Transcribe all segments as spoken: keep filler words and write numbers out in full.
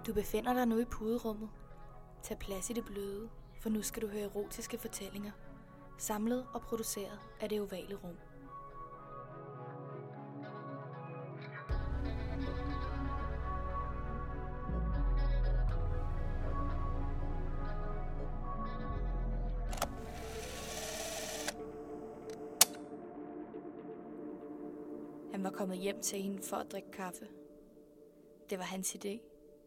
Du befinder dig nu i puderummet. Tag plads i det bløde, for nu skal du høre erotiske fortællinger, samlet og produceret af Det Ovale Rum. Han var kommet hjem til hende for at drikke kaffe. Det var hans idé.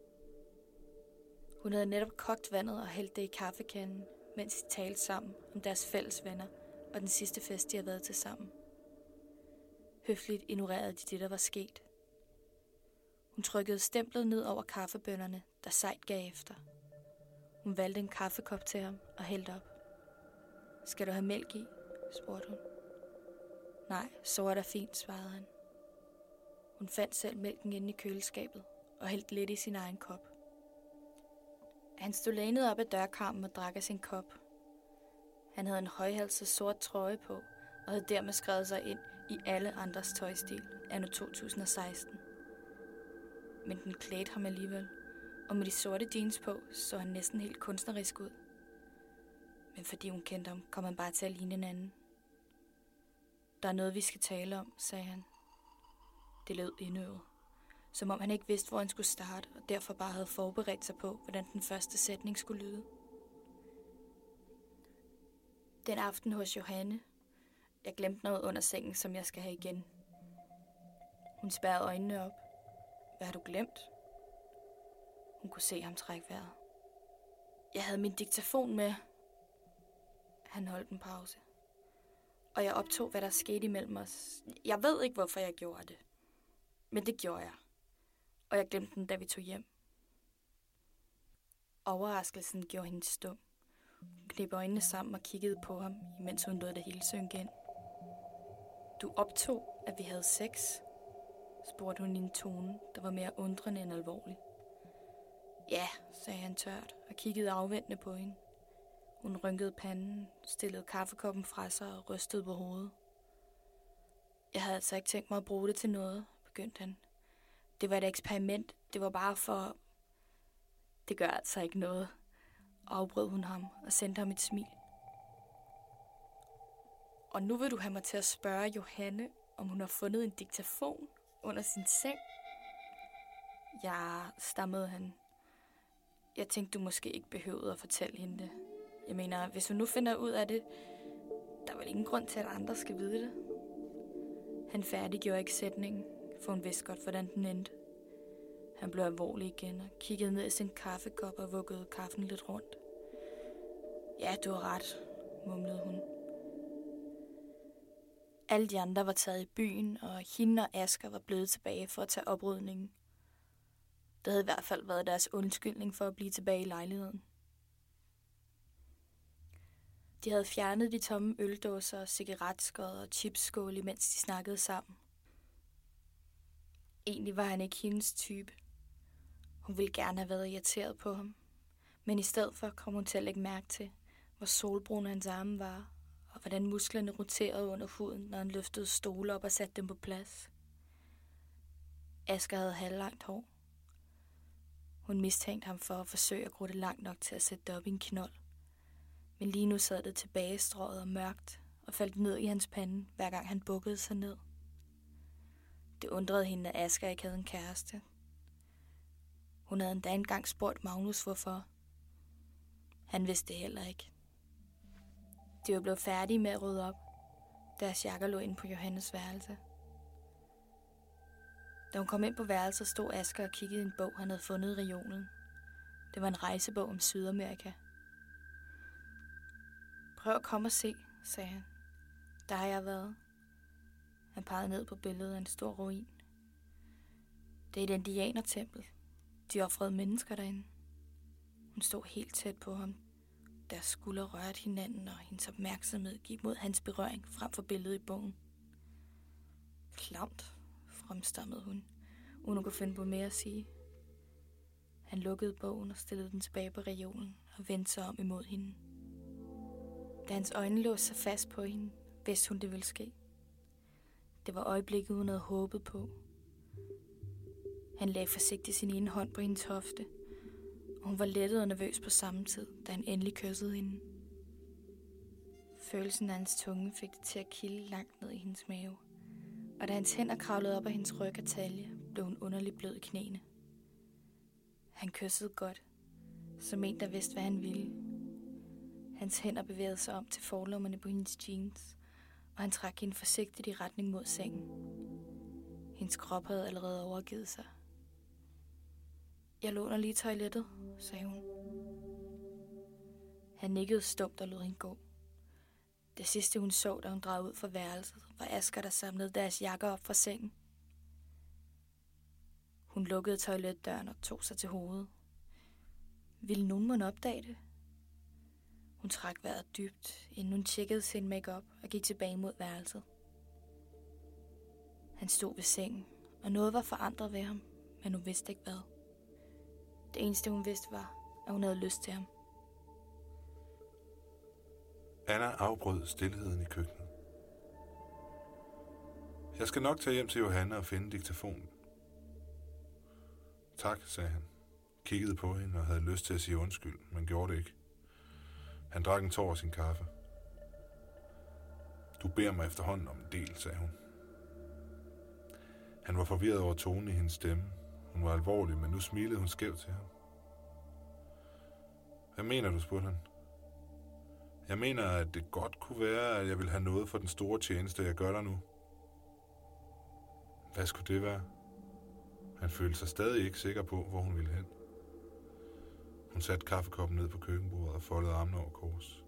Hun havde netop kogt vandet og hældt det i kaffekanden, mens de talte sammen om deres fælles venner og den sidste fest, de havde været til sammen. Høfligt ignorerede de det, der var sket. Hun trykkede stemplet ned over kaffebønnerne, der sejt gav efter. Hun valgte en kaffekop til ham og hældte op. Skal du have mælk i? Spurgte hun. Nej, så er der fint, svarede han. Hun fandt selv mælken inde i køleskabet og hældte lidt i sin egen kop. Han stod lænet op ad dørkarmen og drak af sin kop. Han havde en højhalset sort trøje på og havde dermed skrevet sig ind i alle andres tøjstil anno to tusind og seksten. Men den klædte ham alligevel, og med de sorte jeans på så han næsten helt kunstnerisk ud. Men fordi hun kendte ham, kom han bare til at ligne en anden. Der er noget, vi skal tale om, sagde han. Det lød indøvet, som om han ikke vidste, hvor han skulle starte, og derfor bare havde forberedt sig på, hvordan den første sætning skulle lyde. Den aften hos Johanne. Jeg glemte noget under sengen, som jeg skal have igen. Hun spærrede øjnene op. Hvad har du glemt? Hun kunne se ham trække vejret. Jeg havde min diktafon med. Han holdt en pause. Og jeg optog, hvad der skete imellem os. Jeg ved ikke, hvorfor jeg gjorde det. Men det gjorde jeg. Og jeg glemte den, da vi tog hjem. Overraskelsen gjorde hende stum. Hun kneb øjnene sammen og kiggede på ham, imens hun lod det hele synke ind. Du optog, at vi havde sex? Spurgte hun i en tone, der var mere undrende end alvorlig. Ja, sagde han tørt og kiggede afventende på hende. Hun rynkede panden, stillede kaffekoppen fra sig og rystede på hovedet. Jeg havde altså ikke tænkt mig at bruge det til noget, begyndte han. Det var et eksperiment. Det var bare for... Det gør altså ikke noget. Afbrød hun ham og sendte ham et smil. Og nu vil du have mig til at spørge Johanne, om hun har fundet en diktafon under sin seng? Ja, stammede han. Jeg tænkte, du måske ikke behøvede at fortælle hende det. Jeg mener, hvis hun nu finder ud af det, der er vel ingen grund til, at andre skal vide det. Han færdiggjorde ikke sætningen, for hun vidste godt, hvordan den endte. Han blev alvorlig igen og kiggede ned i sin kaffekop og vuggede kaffen lidt rundt. Ja, du har ret, mumlede hun. Alle de andre var taget i byen, og hende og Asger var blevet tilbage for at tage oprydningen. Det havde i hvert fald været deres undskyldning for at blive tilbage i lejligheden. De havde fjernet de tomme øldåser, cigaretskod og chipsskål, imens de snakkede sammen. Egentlig var han ikke hendes type. Hun ville gerne have været irriteret på ham, men i stedet for kom hun til at lægge mærke til, hvor solbrune hans arme var, og hvordan musklerne roterede under huden, når han løftede stole op og satte dem på plads. Asger havde halvlangt hår. Hun mistænkte ham for at forsøge at gro det langt nok til at sætte det op i en knold. Men lige nu sad det tilbagestrøget og mørkt og faldt ned i hans pande, hver gang han bukkede sig ned. Det undrede hende, at Asger ikke havde en kæreste. Hun havde endda engang spurgt Magnus, hvorfor. Han vidste det heller ikke. De var blevet færdige med at rydde op. Deres jakker lå inde på Johannes værelse. Da hun kom ind på værelset, stod Asger og kiggede i en bog, han havde fundet i reolen. Det var en rejsebog om Sydamerika. Prøv at komme og se, sagde han. Der har jeg været. Han pegede ned på billedet af en stor ruin. Det er et indianertempel. De ofrede mennesker derinde. Hun stod helt tæt på ham. Deres skuldre rørte hinanden, og hendes opmærksomhed gik mod hans berøring frem for billedet i bogen. Klamt, fremstammede hun, uden at kunne finde på mere at sige. Han lukkede bogen og stillede den tilbage på reolen og vendte sig om imod hende. Da hans øjne låste sig fast på hende, vidste hun, det ville ske. Det var øjeblikket, hun havde håbet på. Han lagde forsigtigt sin ene hånd på hendes hofte Hun var lettet og nervøs på samme tid, da han endelig kyssede hende. Følelsen af hans tunge fik det til at kilde langt ned i hendes mave, og da hans hænder kravlede op af hendes ryg og talje, blev hun underligt blød i knæene. Han kyssede godt, som en, der vidste, hvad han ville. Hans hænder bevægede sig om til forlommerne på hendes jeans, og han trak hende forsigtigt i retning mod sengen. Hendes krop havde allerede overgivet sig. Jeg låner lige toilettet, sagde hun. Han nikkede stumt og lod hende gå. Det sidste hun så, da hun drejede ud fra værelset, var Asger, der samlede deres jakker op fra sengen. Hun lukkede toiletdøren og tog sig til hovedet. Ville nogen måtte opdage det? Hun trak vejret dybt, inden hun tjekkede sin make-up og gik tilbage mod værelset. Han stod ved sengen, og noget var forandret ved ham, men hun vidste ikke hvad. Det eneste hun vidste var, at hun havde lyst til ham. Anna afbrød stilheden i køkkenet. Jeg skal nok tage hjem til Johanne og finde diktafonen. Tak, sagde han. Kiggede på hende og havde lyst til at sige undskyld, men gjorde det ikke. Han drak en tår af sin kaffe. Du beder mig efterhånden om en del, sagde hun. Han var forvirret over tonen i hendes stemme. Hun var alvorlig, men nu smilede hun skævt til ham. Hvad mener du, spurgte han. Jeg mener, at det godt kunne være, at jeg vil have noget for den store tjeneste, jeg gør der nu. Hvad skulle det være? Han følte sig stadig ikke sikker på, hvor hun ville hen. Hun satte kaffekoppen ned på køkkenbordet og foldede armene over kors.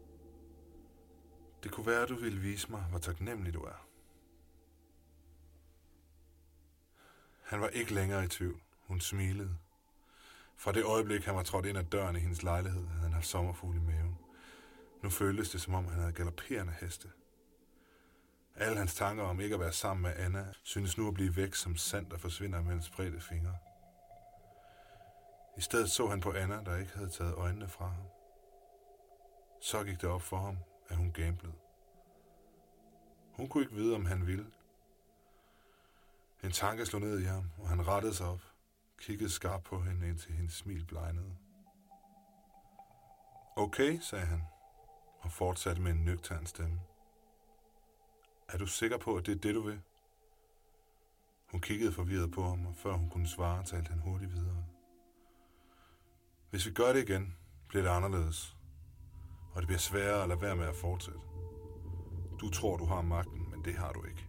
Det kunne være, at du ville vise mig, hvor taknemmelig du er. Han var ikke længere i tvivl. Hun smilede. Fra det øjeblik, han var trådt ind ad døren i hendes lejlighed, havde han haft sommerfugl i maven. Nu føltes det, som om han havde galopperende heste. Alle hans tanker om ikke at være sammen med Anna, synes nu at blive væk som sand, der forsvinder mellem spredte fingre. I stedet så han på Anna, der ikke havde taget øjnene fra ham. Så gik det op for ham, at hun gamblede. Hun kunne ikke vide, om han ville. En tanke slog ned i ham, og han rettede sig op, kiggede skarpt på hende, indtil hendes smil blegnede. Okay, sagde han, og fortsatte med en nøgtern stemme. Er du sikker på, at det er det, du vil? Hun kiggede forvirret på ham, og før hun kunne svare, talte han hurtigt videre. Hvis vi gør det igen, bliver det anderledes, og det bliver sværere at lade være med at fortsætte. Du tror, du har magten, men det har du ikke.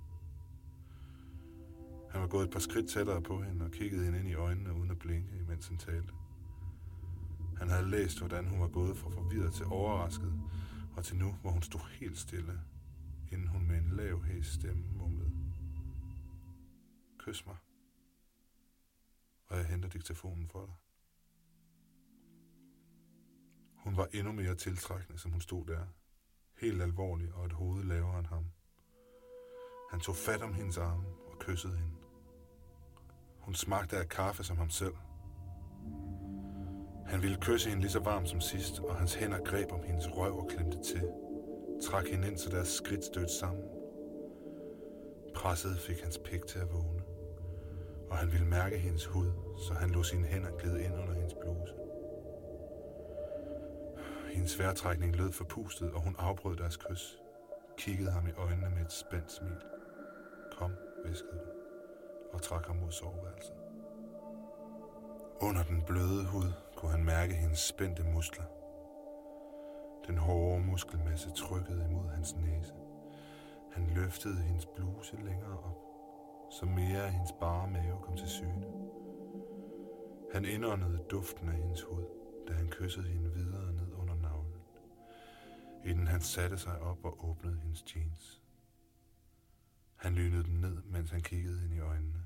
Han var gået et par skridt tættere på hende og kiggede hende ind i øjnene uden at blinke, imens han talte. Han havde læst, hvordan hun var gået fra forvirret til overrasket, og til nu, hvor hun stod helt stille, inden hun med en lav, hæs stemme mumlede. Kys mig, og jeg henter diktafonen for dig. Hun var endnu mere tiltrækkende, som hun stod der, helt alvorlig og et hoved lavere end ham. Han tog fat om hendes arme og kyssede hende. Hun smagte af kaffe som ham selv. Han ville kysse hende lige så varmt som sidst, og hans hænder greb om hendes røv og klemte til. Trak hende ind, så deres skridt stødte sammen. Presset fik hans pik til at vågne, og han ville mærke hendes hud, så han lod sine hænder glide ind under hendes bluse. Hendes vejrtrækning lød forpustet, og hun afbrød deres kys. Kiggede ham i øjnene med et spændt smil. Kom, hviskede hun, og trak ham mod soveværelset. Under den bløde hud kunne han mærke hendes spændte muskler. Den hårde muskelmasse trykkede imod hans næse. Han løftede hendes bluse længere op, så mere af hendes bare mave kom til syne. Han indåndede duften af hendes hud, da han kyssede hende videre ned under navlen, inden han satte sig op og åbnede hendes jeans. Han lynede den ned, mens han kiggede hende i øjnene.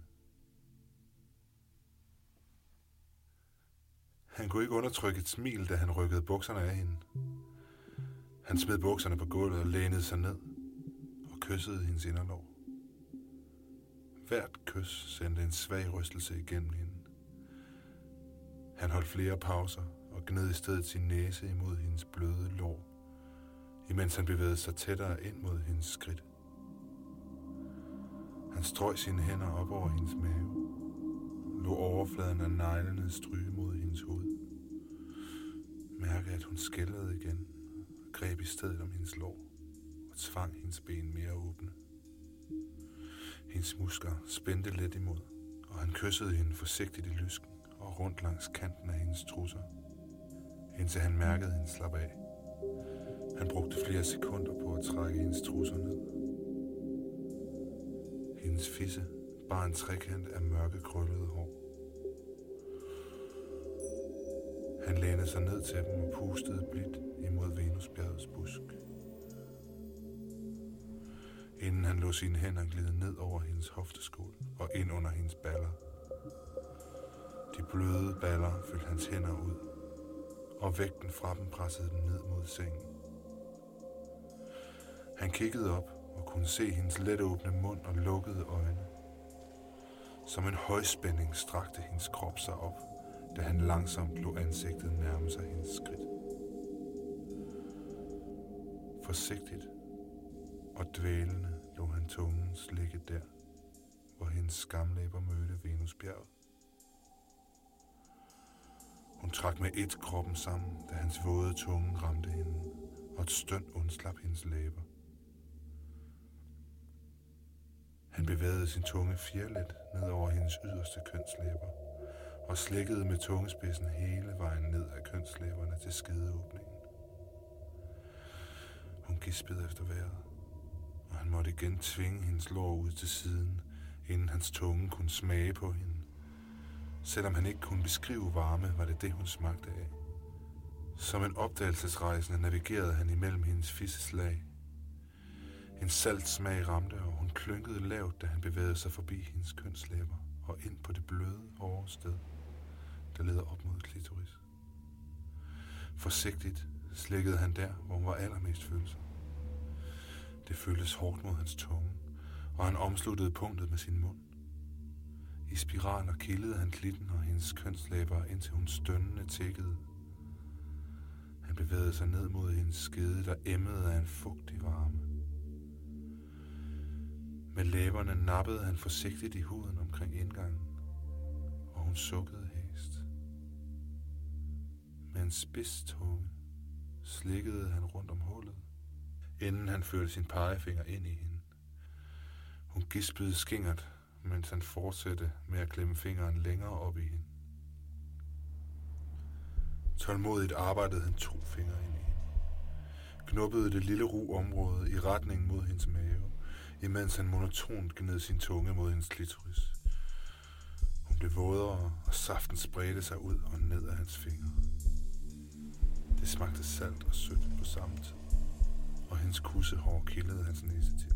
Han kunne ikke undertrykke et smil, da han rykkede bukserne af hende. Han smed bukserne på gulvet og lænede sig ned og kyssede hendes inderlov. Hvert kys sendte en svag rystelse igennem hende. Han holdt flere pauser og gned i stedet sin næse imod hendes bløde lår, imens han bevægede sig tættere ind mod hendes skridt. Han strøg sine hænder op over hendes mave, lå overfladen af neglene stryge mod hendes hoved. Mærke, at hun skældede igen og greb i stedet om hendes lår og tvang hendes ben mere åbne. Hendes muskler spændte let imod, og han kyssede hende forsigtigt i lysken og rundt langs kanten af hendes trusser, indtil han mærkede hende slappe af. Han brugte flere sekunder på at trække hendes trusser ned. Hendes fisse bar en trekant af mørke krøllede hår. Han lænede sig ned til dem og pustede blidt imod Venusbjergets busk, inden han lod sine hænder glide ned over hendes hofteskål og ind under hendes baller. De bløde baller fyldte hans hænder ud, og vægten fra dem pressede dem ned mod sengen. Han kiggede op og kunne se hendes let åbne mund og lukkede øjne. Som en højspænding strakte hendes krop sig op, da han langsomt lod ansigtet nærme sig hendes skridt. Forsigtigt og dvælende lod han tungen slikke der, hvor hendes skamlæber mødte Venusbjerget. Hun trak med et kroppen sammen, da hans våde tunge ramte hende, og et støn undslap hendes læber. Han bevægede sin tunge fjerlet ned over hendes yderste kønslæber, og slikkede med tungespidsen hele vejen ned af kønslæberne til skedeåbningen. Hun gispede efter vejret, og han måtte igen tvinge hendes lår ud til siden, inden hans tunge kunne smage på hende. Selvom han ikke kunne beskrive varme, var det det, hun smagte af. Som en opdagelsesrejsende navigerede han imellem hendes fisseslag. En salt smag ramte, og hun klynkede lavt, da han bevægede sig forbi hendes kønslæber og ind på det bløde, hårde sted, der leder op mod klitoris. Forsigtigt slikkede han der, hvor hun var allermest følsom. Det føltes hårdt mod hans tunge, og han omsluttede punktet med sin mund. I spiraler kildede han klitten og hendes kønslæber, indtil hun stønnende tikkede. Han bevægede sig ned mod hendes skede, der emmede af en fugtig varme. Med læberne nappede han forsigtigt i huden omkring indgangen, og hun sukkede hæst. Med en spids tunge slikkede han rundt om hullet, inden han førte sin pegefinger ind i hende. Hun gispede skingert, mens han fortsatte med at klemme fingeren længere op i hende. Tålmodigt arbejdede han to fingre ind i hende, knuppede det lille ru område i retning mod hendes mave, imens han monotont gned sin tunge mod hendes klitoris. Hun blev vådere, og saften spredte sig ud og ned af hans fingre. Det smagte salt og sødt på samme tid, og hendes kussehår kildede hans næsetip.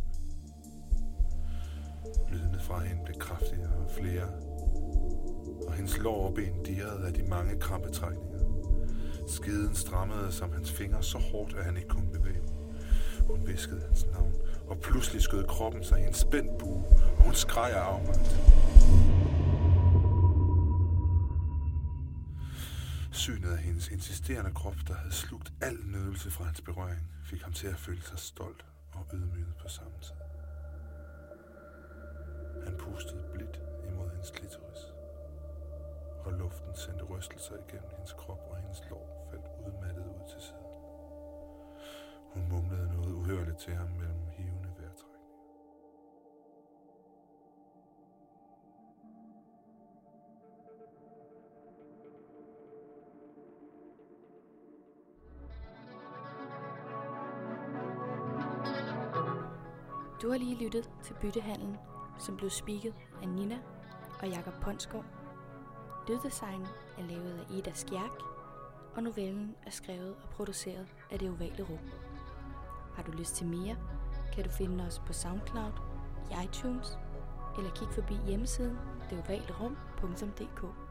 Lydene fra hende blev kraftigere og flere, og hendes lår og ben dirrede af de mange krampetrækninger. Skeden strammede som hans fingre så hårdt, at han ikke kunne bevæge. Hun viskede hans navn, og pludselig skød kroppen sig i en spændt bue, og hun skreg af afmagt. Synet af hendes insisterende krop, der havde slugt al nydelse fra hans berøring, fik ham til at føle sig stolt og ydmyget på samme tid. Han pustede blidt imod hendes klitoris, og luften sendte rystelser igennem hendes krop, og hendes lår faldt udmattet ud til siden. Hun mumlede noget uhørligt til ham mellem hivende vejrtrækninger. Du har lige lyttet til Byttehandlen, som blev speaket af Nina og Jakob Ponsgaard. Lyddesignen er lavet af Ida Skjærk, og novellen er skrevet og produceret af Det Ovale Rum. Har du lyst til mere, kan du finde os på SoundCloud, i iTunes, eller kig forbi hjemmesiden det ovale rum punktum d k.